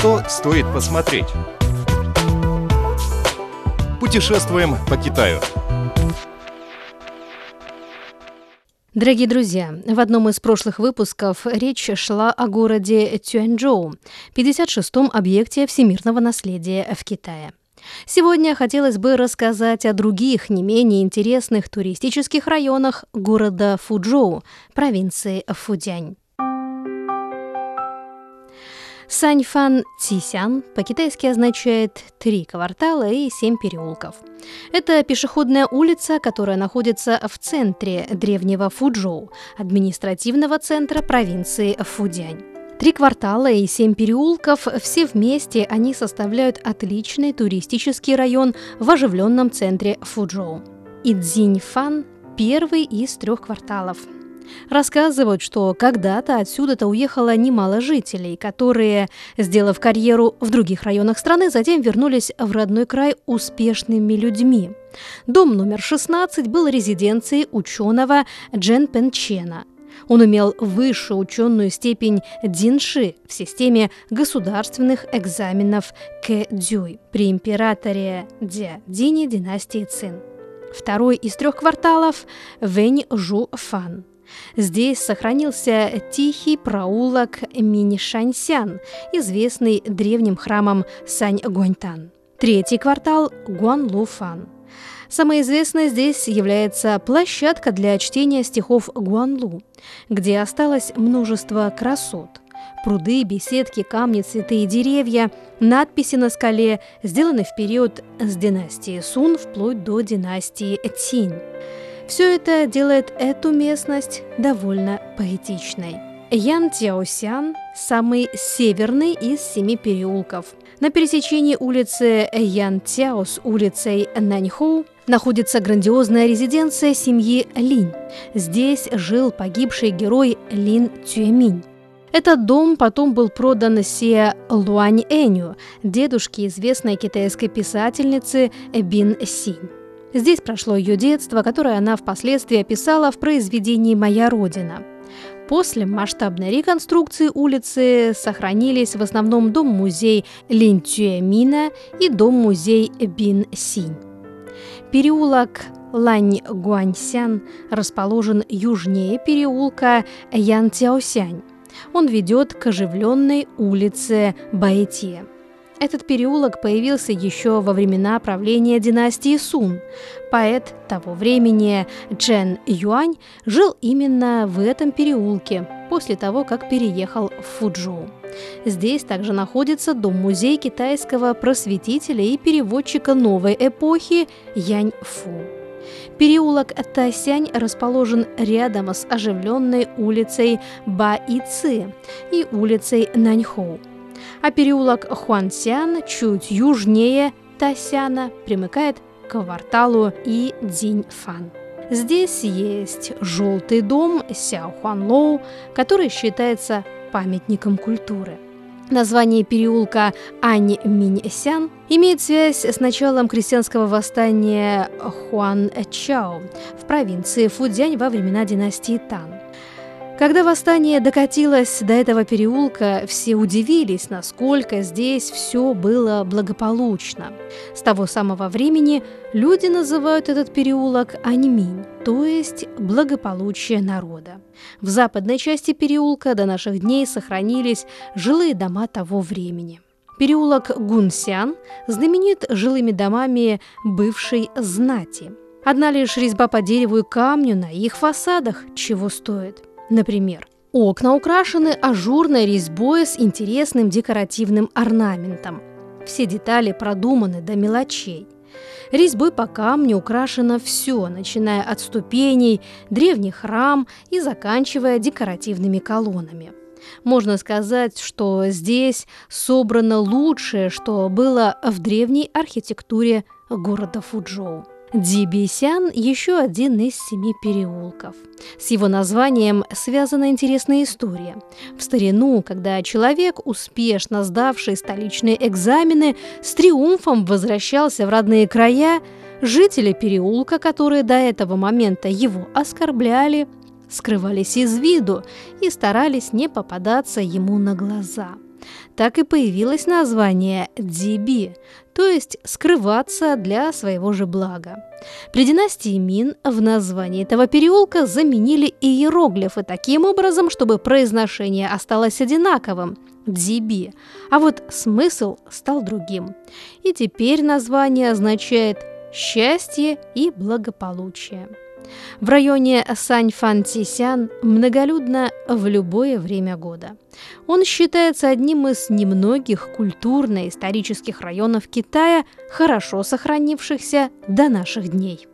что стоит посмотреть. Путешествуем по Китаю. Дорогие друзья, в одном из прошлых выпусков речь шла о городе Цюаньчжоу, 56-м объекте всемирного наследия в Китае. Сегодня хотелось бы рассказать о других, не менее интересных туристических районах города Фучжоу, провинции Фудзянь. Саньфан Цисян по-китайски означает «3 квартала и 7 переулков». Это пешеходная улица, которая находится в центре древнего Фучжоу, административного центра провинции Фудзянь. 3 квартала и 7 переулков, все вместе они составляют отличный туристический район в оживленном центре Фучжоу. Идзиньфан – первый из 3 кварталов. Рассказывают, что когда-то отсюда-то уехало немало жителей, которые, сделав карьеру в других районах страны, затем вернулись в родной край успешными людьми. Дом номер 16 был резиденцией ученого Джен Пенчена. Он имел высшую ученую степень Динши в системе государственных экзаменов Кэцзюй при императоре Дзя-Дине династии Цин. Второй из 3 кварталов – Вэньжуфан. Здесь сохранился тихий проулок Миньшаньсян, известный древним храмом Саньгуаньтан. 3-й квартал – Гуанлуфан. Самой известной здесь является площадка для чтения стихов Гуанлу, где осталось множество красот. Пруды, беседки, камни, цветы и деревья, надписи на скале сделаны в период с династии Сун вплоть до династии Цинь. Все это делает эту местность довольно поэтичной. Янцзяосян – самый северный из 7 переулков. На пересечении улицы Янцзяо с улицей Наньхоу находится грандиозная резиденция семьи Линь. Здесь жил погибший герой Лин Цюэминь. Этот дом потом был продан Се Луаньэню, дедушке известной китайской писательницы Бин Синь. Здесь прошло ее детство, которое она впоследствии описала в произведении «Моя Родина». После масштабной реконструкции улицы сохранились в основном дом-музей Лин Цюэмина и дом-музей Бин Синь. Переулок Ланьгуаньсян расположен южнее переулка Янцзяосянь. Он ведет к оживленной улице Баэти. Этот переулок появился еще во времена правления династии Сун. Поэт того времени Чжэн Юань жил именно в этом переулке после того, как переехал в Фучжоу. Здесь также находится дом-музей китайского просветителя и переводчика новой эпохи Янь Фу. Переулок Тасянь расположен рядом с оживленной улицей Ба-И-Ци и улицей Наньхоу. А переулок Хуансян чуть южнее Тасяна примыкает к кварталу Идзиньфан. Здесь есть желтый дом Сяохуанлоу, который считается памятником культуры. Название переулка Аньминьсян имеет связь с началом крестьянского восстания Хуанчжао в провинции Фудзянь во времена династии Тан. Когда восстание докатилось до этого переулка, все удивились, насколько здесь все было благополучно. С того самого времени люди называют этот переулок Аньминь, то есть благополучие народа. В западной части переулка до наших дней сохранились жилые дома того времени. Переулок Гунсян знаменит жилыми домами бывшей знати. Одна лишь резьба по дереву и камню на их фасадах чего стоит. Например, окна украшены ажурной резьбой с интересным декоративным орнаментом. Все детали продуманы до мелочей. Резьбой по камню украшено все, начиная от ступеней, древний храм и заканчивая декоративными колоннами. Можно сказать, что здесь собрано лучшее, что было в древней архитектуре города Фучжоу. Дибисян – еще один из 7 переулков. С его названием связана интересная история. В старину, когда человек, успешно сдавший столичные экзамены, с триумфом возвращался в родные края, жители переулка, которые до этого момента его оскорбляли, скрывались из виду и старались не попадаться ему на глаза. Так и появилось название Дзиби, то есть скрываться для своего же блага. При династии Мин в названии этого переулка заменили иероглифы таким образом, чтобы произношение осталось одинаковым – Дзиби, а вот смысл стал другим. И теперь название означает «счастье и благополучие». В районе Саньфан-Цисян многолюдно в любое время года. Он считается одним из немногих культурно-исторических районов Китая, хорошо сохранившихся до наших дней.